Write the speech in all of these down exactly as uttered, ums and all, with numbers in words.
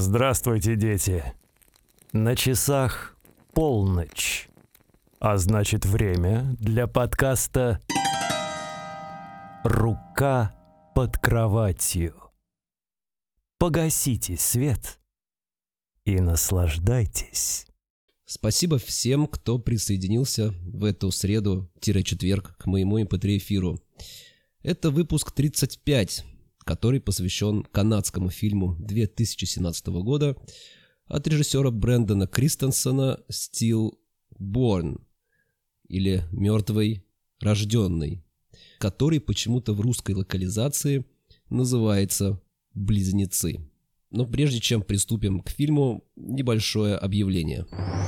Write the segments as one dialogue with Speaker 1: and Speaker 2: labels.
Speaker 1: Здравствуйте, дети. На часах полночь, а значит время для подкаста «Рука под кроватью». Погасите свет и наслаждайтесь.
Speaker 2: Спасибо всем, кто присоединился в эту среду-четверг к моему эм пэ три эфиру. Это выпуск тридцать пять, который посвящен канадскому фильму две тысячи семнадцатого года от режиссера Брэндона Кристенсена «Stillborn» или «Мертвый рожденный», который почему-то в русской локализации называется «Близнецы». Но прежде чем приступим к фильму, небольшое объявление.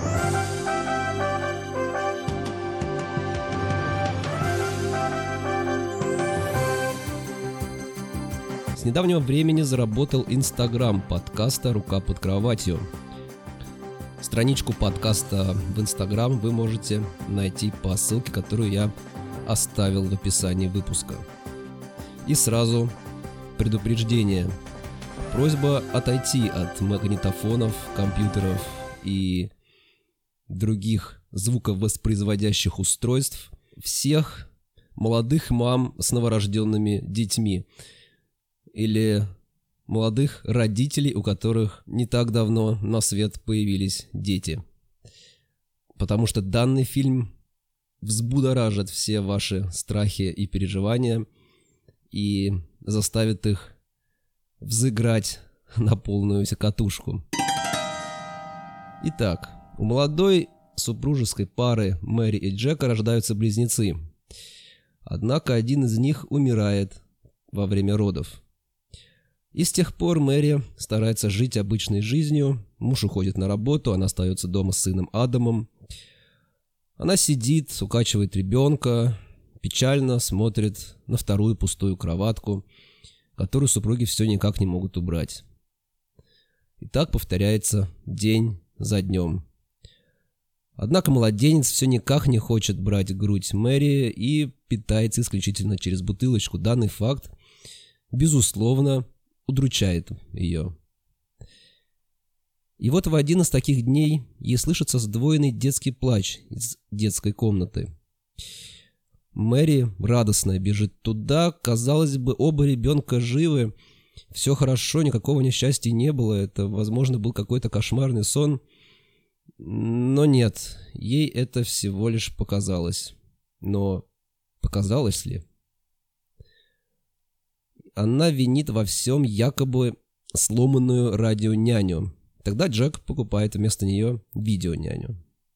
Speaker 2: С недавнего времени заработал Инстаграм подкаста «Рука под кроватью». Страничку подкаста в Инстаграм вы можете найти по ссылке, которую я оставил в описании выпуска. И сразу предупреждение. Просьба отойти от магнитофонов, компьютеров и других звуковоспроизводящих устройств всех молодых мам с новорожденными детьми или молодых родителей, у которых не так давно на свет появились дети. Потому что данный фильм взбудоражит все ваши страхи и переживания и заставит их взыграть на полную катушку. Итак, у молодой супружеской пары Мэри и Джека рождаются близнецы. Однако один из них умирает во время родов. И с тех пор Мэри старается жить обычной жизнью. Муж уходит на работу, она остается дома с сыном Адамом. Она сидит, укачивает ребенка, печально смотрит на вторую пустую кроватку, которую супруги все никак не могут убрать. И так повторяется день за днем. Однако младенец все никак не хочет брать грудь Мэри и питается исключительно через бутылочку. Данный факт, безусловно, удручает ее. И вот в один из таких дней ей слышится сдвоенный детский плач из детской комнаты. Мэри радостно бежит туда. Казалось бы, оба ребенка живы. Все хорошо, никакого несчастья не было. Это, возможно, был какой-то кошмарный сон. Но нет, ей это всего лишь показалось. Но показалось ли? Она винит во всем якобы сломанную радионяню. Тогда Джек покупает вместо нее видеоняню.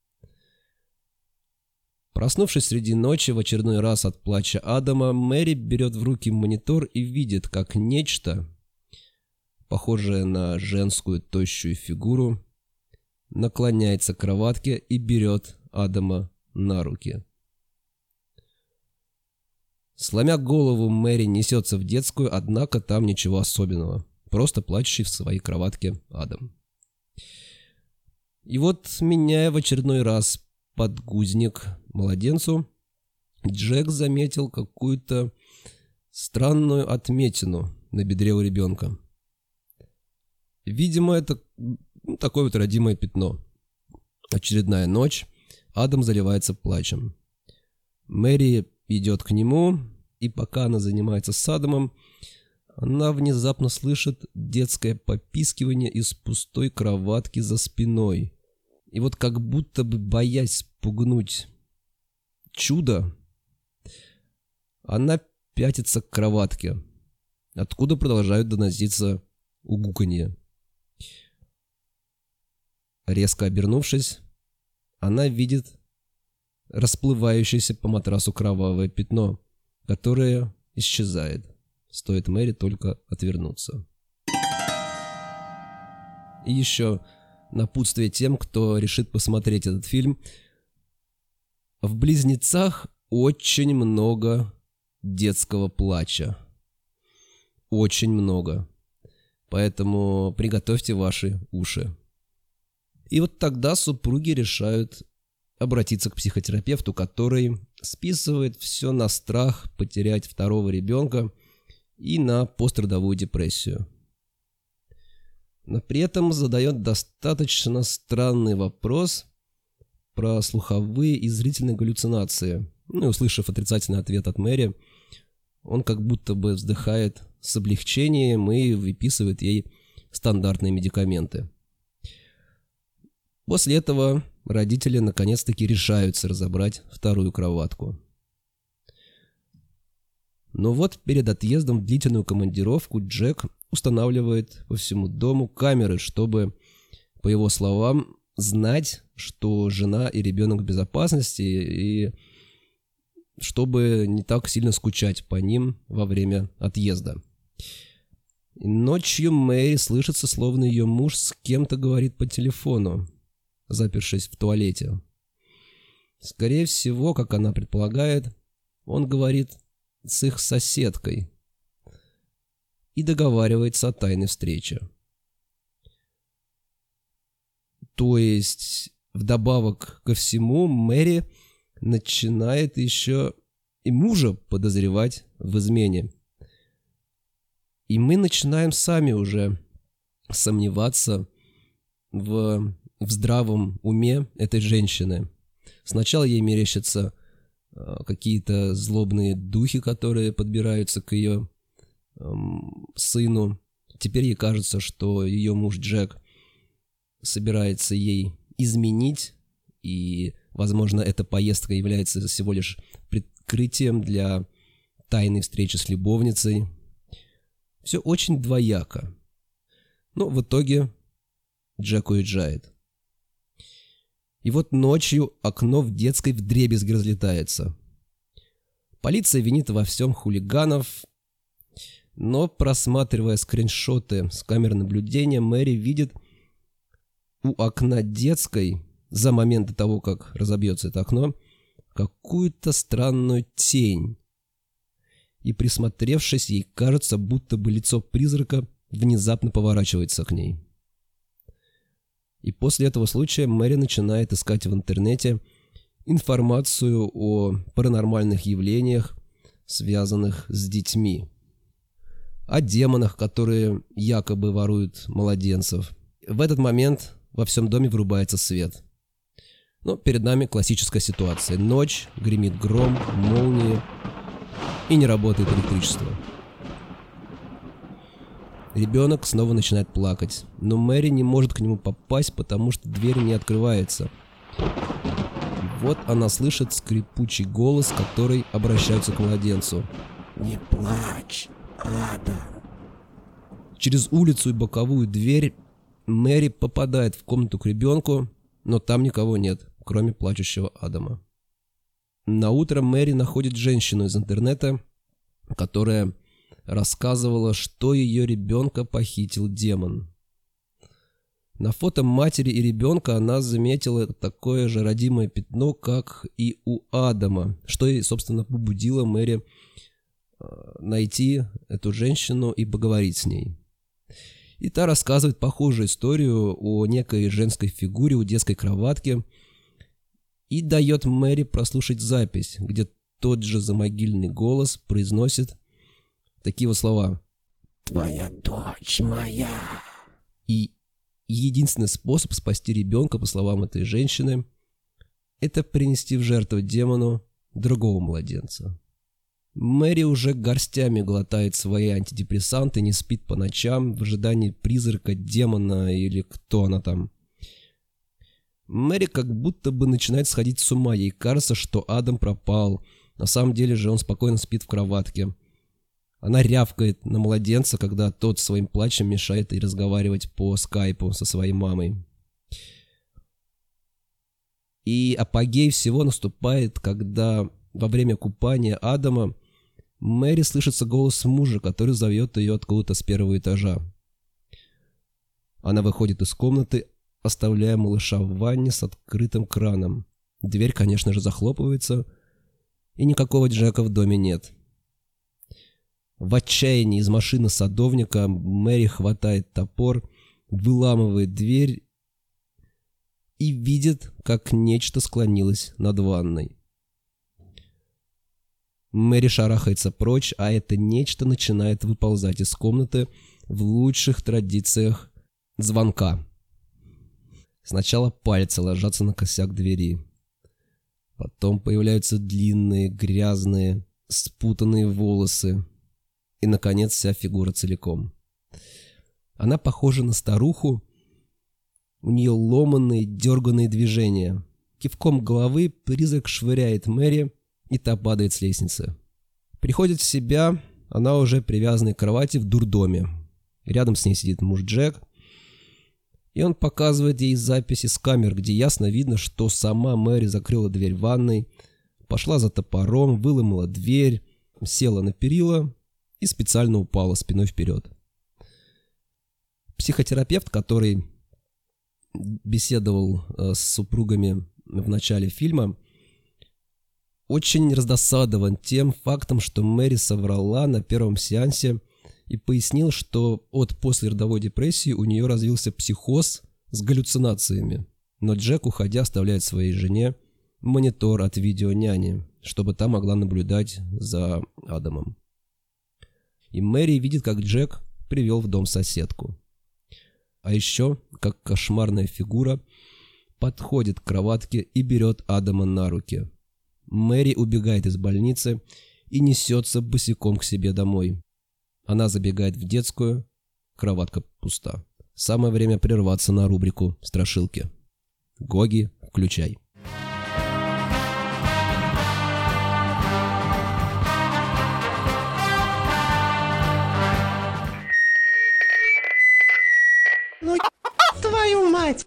Speaker 2: Проснувшись среди ночи в очередной раз от плача Адама, Мэри берет в руки монитор и видит, как нечто, похожее на женскую тощую фигуру, наклоняется к кроватке и берет Адама на руки. Сломя голову, Мэри несется в детскую, однако там ничего особенного. Просто плачущий в своей кроватке Адам. И вот, меняя в очередной раз подгузник младенцу, Джек заметил какую-то странную отметину на бедре у ребенка. Видимо, это ну, такое вот родимое пятно. Очередная ночь. Адам заливается плачем. Мэри идет к нему, и пока она занимается с Адамом, она внезапно слышит детское попискивание из пустой кроватки за спиной. И вот как будто бы боясь спугнуть чудо, она пятится к кроватке, откуда продолжают доноситься угуканье. Резко обернувшись, она видит расплывающееся по матрасу кровавое пятно, которое исчезает. Стоит Мэри только отвернуться. И еще напутствие тем, кто решит посмотреть этот фильм. В «Близнецах» очень много детского плача. Очень много. Поэтому приготовьте ваши уши. И вот тогда супруги решают обратиться к психотерапевту, который списывает все на страх потерять второго ребенка и на пострадовую депрессию. но при этом задает достаточно странный вопрос про слуховые и зрительные галлюцинации. Ну и услышав отрицательный ответ от Мэри, он как будто бы вздыхает с облегчением и выписывает ей стандартные медикаменты. После этого родители наконец-таки решаются разобрать вторую кроватку. Но вот перед отъездом в длительную командировку Джек устанавливает по всему дому камеры, чтобы, по его словам, знать, что жена и ребенок в безопасности, и чтобы не так сильно скучать по ним во время отъезда. И ночью Мэри слышится, словно ее муж с кем-то говорит по телефону, запершись в туалете. Скорее всего, как она предполагает, он говорит с их соседкой и договаривается о тайной встрече. То есть, вдобавок ко всему, Мэри начинает еще и мужа подозревать в измене. И мы начинаем сами уже сомневаться в, в здравом уме этой женщины. Сначала ей мерещатся э, какие-то злобные духи, которые подбираются к ее э, сыну. Теперь ей кажется, что ее муж Джек собирается ей изменить, и, возможно, эта поездка является всего лишь прикрытием для тайной встречи с любовницей. Все очень двояко. Но в итоге Джек уезжает. И вот ночью окно в детской вдребезги разлетается. Полиция винит во всем хулиганов, но, просматривая скриншоты с камер наблюдения, Мэри видит у окна детской, за момент до того, как разобьется это окно, какую-то странную тень. И, присмотревшись, ей кажется, будто бы лицо призрака внезапно поворачивается к ней. И после этого случая Мэри начинает искать в интернете информацию о паранормальных явлениях, связанных с детьми, о демонах, которые якобы воруют младенцев. В этот момент во всем доме врубается свет. Но перед нами классическая ситуация. Ночь, гремит гром, молнии, и не работает электричество. Ребенок снова начинает плакать, но Мэри не может к нему попасть, потому что дверь не открывается. И вот она слышит скрипучий голос, который обращается к младенцу.
Speaker 3: «Не плачь, Адам!»
Speaker 2: Через улицу и боковую дверь Мэри попадает в комнату к ребенку, но там никого нет, кроме плачущего Адама. Наутро Мэри находит женщину из интернета, которая рассказывала, что ее ребенка похитил демон. На фото матери и ребенка она заметила такое же родимое пятно, как и у Адама, что и, собственно, побудило Мэри найти эту женщину и поговорить с ней. И та рассказывает похожую историю о некой женской фигуре у детской кроватки и дает Мэри прослушать запись, где тот же замогильный голос произносит такие вот слова:
Speaker 3: «Твоя дочь моя».
Speaker 2: И единственный способ спасти ребенка, по словам этой женщины, это принести в жертву демону другого младенца. Мэри уже горстями глотает свои антидепрессанты, не спит по ночам в ожидании призрака, демона или кто она там. Мэри как будто бы начинает сходить с ума. Ей кажется, что Адам пропал. На самом деле же он спокойно спит в кроватке. Она рявкает на младенца, когда тот своим плачем мешает ей разговаривать по скайпу со своей мамой. И апогей всего наступает, когда во время купания Адама Мэри слышится голос мужа, который зовет ее откуда-то с первого этажа. Она выходит из комнаты, оставляя малыша в ванне с открытым краном. Дверь, конечно же, захлопывается, и никакого Джека в доме нет. В отчаянии из машины садовника Мэри хватает топор, выламывает дверь и видит, как нечто склонилось над ванной. Мэри шарахается прочь, а это нечто начинает выползать из комнаты в лучших традициях звонка. Сначала пальцы ложатся на косяк двери. Потом появляются длинные, грязные, спутанные волосы. И, наконец, вся фигура целиком. Она похожа на старуху. У нее ломанные, дерганные движения. Кивком головы призрак швыряет Мэри, и та падает с лестницы. Приходит в себя она уже привязанной к кровати в дурдоме. Рядом с ней сидит муж Джек. И он показывает ей записи с камер, где ясно видно, что сама Мэри закрыла дверь ванной, пошла за топором, выломала дверь, села на перила и специально упала спиной вперед. Психотерапевт, который беседовал с супругами в начале фильма, очень раздосадован тем фактом, что Мэри соврала на первом сеансе и пояснил, что от послеродовой депрессии у нее развился психоз с галлюцинациями. Но Джек, уходя, оставляет своей жене монитор от видеоняни, чтобы та могла наблюдать за Адамом. И Мэри видит, как Джек привел в дом соседку. А еще, как кошмарная фигура, подходит к кроватке и берет Адама на руки. Мэри убегает из больницы и несется босиком к себе домой. Она забегает в детскую, кроватка пуста. Самое время прерваться на рубрику «Страшилки». Гоги, включай.
Speaker 3: Ну, твою мать!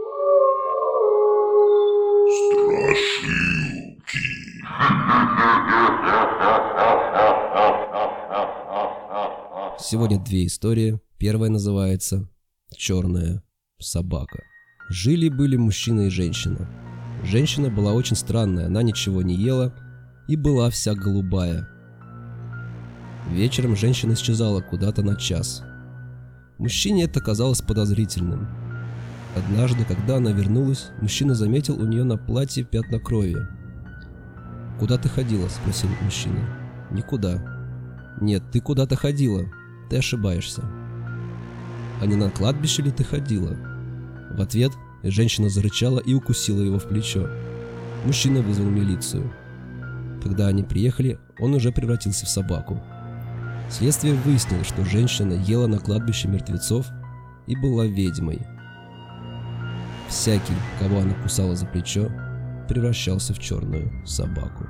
Speaker 2: Сегодня две истории. Первая называется «Черная собака». Жили-были мужчина и женщина. Женщина была очень странная, она ничего не ела и была вся голубая. Вечером женщина исчезала куда-то на час. Мужчине это казалось подозрительным. Однажды, когда она вернулась, мужчина заметил у нее на платье пятна крови. «Куда ты ходила?» – спросил мужчина. «Никуда». «Нет, ты куда-то ходила. Ты ошибаешься». «А не на кладбище ли ты ходила?» В ответ женщина зарычала и укусила его в плечо. Мужчина вызвал милицию. Когда они приехали, он уже превратился в собаку. Следствие выяснило, что женщина ела на кладбище мертвецов и была ведьмой. Всякий, кого она кусала за плечо, превращался в черную собаку.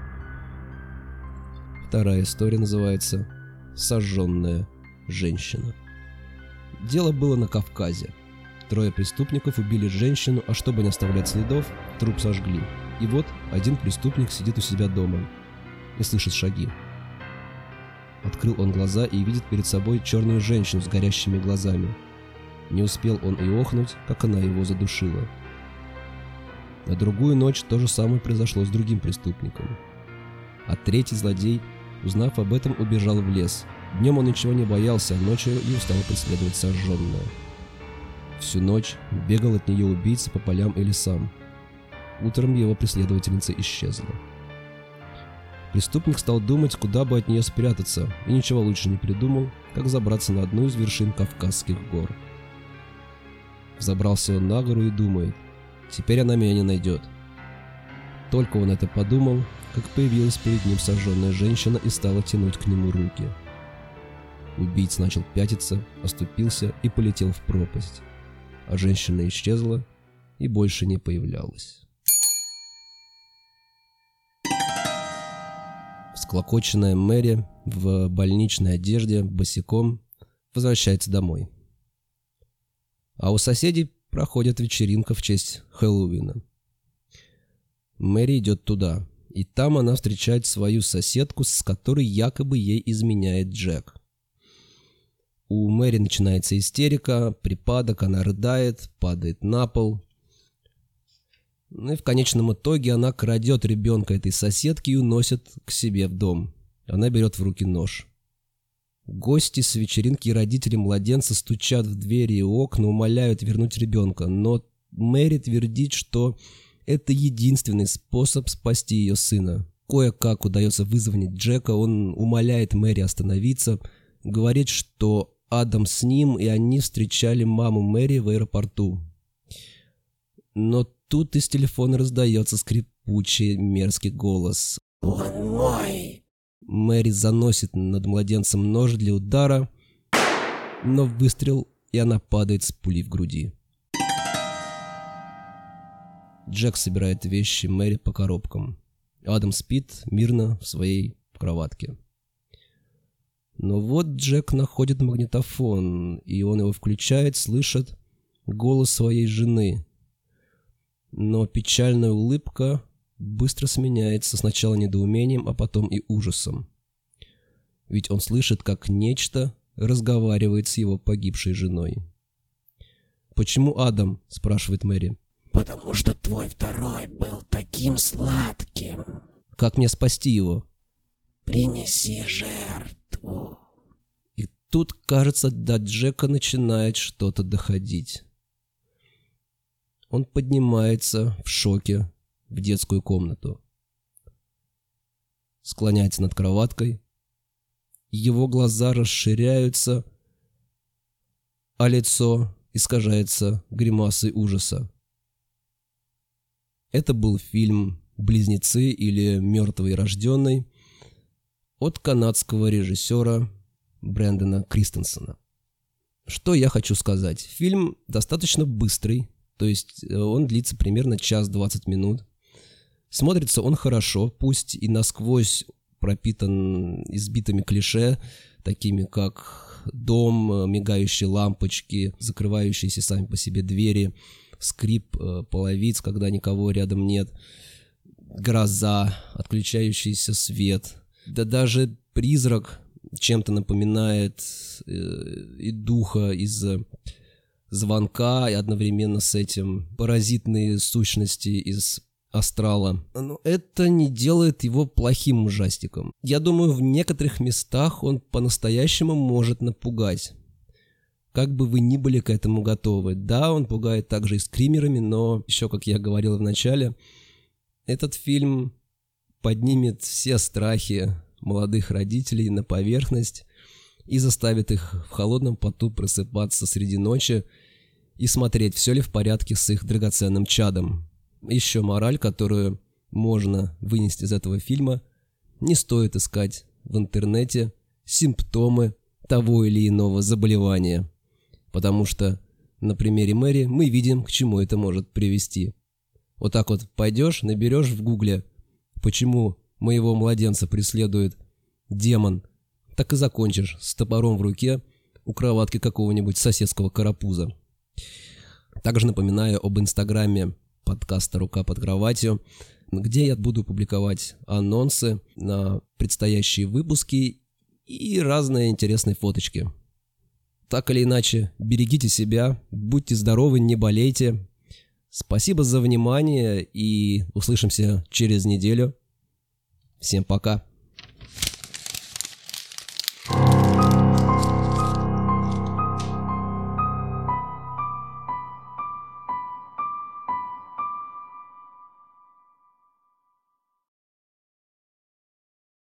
Speaker 2: Вторая история называется «Сожженная женщина». Дело было на Кавказе. Трое преступников убили женщину, а чтобы не оставлять следов, труп сожгли. И вот один преступник сидит у себя дома и слышит шаги. Открыл он глаза и видит перед собой черную женщину с горящими глазами. Не успел он и охнуть, как она его задушила. На другую ночь то же самое произошло с другим преступником. А третий злодей, узнав об этом, убежал в лес. Днем он ничего не боялся, а ночью его стала преследовать сожженная. Всю ночь бегал от нее убийца по полям и лесам. Утром его преследовательница исчезла. Преступник стал думать, куда бы от нее спрятаться, и ничего лучше не придумал, как забраться на одну из вершин Кавказских гор. Взобрался он на гору и думает: теперь она меня не найдет. Только он это подумал, как появилась перед ним сожженная женщина и стала тянуть к нему руки. Убийца начал пятиться, оступился и полетел в пропасть, а женщина исчезла и больше не появлялась. Всклокоченная Мэри в больничной одежде босиком возвращается домой. А у соседей проходит вечеринка в честь Хэллоуина. Мэри идет туда, и там она встречает свою соседку, с которой якобы ей изменяет Джек. У Мэри начинается истерика, припадок, она рыдает, падает на пол. Ну и в конечном итоге она крадет ребенка этой соседки и уносит к себе в дом. Она берет в руки нож. Гости с вечеринки и родители младенца стучат в двери и окна, умоляют вернуть ребенка, но Мэри твердит, что это единственный способ спасти ее сына. Кое-как удается вызвонить Джека, он умоляет Мэри остановиться, говорит, что Адам с ним, и они встречали маму Мэри в аэропорту. Но тут из телефона раздается скрипучий мерзкий голос.
Speaker 3: Он мой.
Speaker 2: Мэри заносит над младенцем нож для удара, но выстрел, и она падает с пулей в груди. Джек собирает вещи Мэри по коробкам. Адам спит мирно в своей кроватке. Но вот Джек находит магнитофон, и он его включает, слышит голос своей жены. Но печальная улыбка быстро сменяется сначала недоумением, а потом и ужасом. Ведь он слышит, как нечто разговаривает с его погибшей женой. «Почему Адам?» – спрашивает Мэри.
Speaker 3: Потому что твой второй был таким сладким.
Speaker 2: «Как мне спасти его?»
Speaker 3: Принеси жертву.
Speaker 2: И тут, кажется, до Джека начинает что-то доходить. Он поднимается в шоке в детскую комнату. Склоняется над кроваткой. Его глаза расширяются, а лицо искажается гримасой ужаса. Это был фильм «Близнецы» или «Мертвый рожденный» от канадского режиссера Брэндона Кристенсена. Что я хочу сказать? Фильм достаточно быстрый, то есть он длится примерно час двадцать минут. Смотрится он хорошо, пусть и насквозь пропитан избитыми клише, такими как дом, мигающие лампочки, закрывающиеся сами по себе двери, скрип половиц, когда никого рядом нет, гроза, отключающийся свет. Да даже призрак чем-то напоминает э, и духа из звонка, и одновременно с этим паразитные сущности из астрала. Но это не делает его плохим ужастиком. Я думаю, в некоторых местах он по-настоящему может напугать. Как бы вы ни были к этому готовы. Да, он пугает также и скримерами, но еще, как я говорил в начале, этот фильм поднимет все страхи молодых родителей на поверхность и заставит их в холодном поту просыпаться среди ночи и смотреть, все ли в порядке с их драгоценным чадом. Еще мораль, которую можно вынести из этого фильма: не стоит искать в интернете симптомы того или иного заболевания. Потому что на примере Мэри мы видим, к чему это может привести. Вот так вот пойдешь, наберешь в гугле, почему моего младенца преследует демон, так и закончишь с топором в руке у кроватки какого-нибудь соседского карапуза. Также напоминаю об инстаграме подкаста «Рука под кроватью», где я буду публиковать анонсы на предстоящие выпуски и разные интересные фоточки. Так или иначе, берегите себя, будьте здоровы, не болейте. Спасибо за внимание и услышимся через неделю. Всем пока.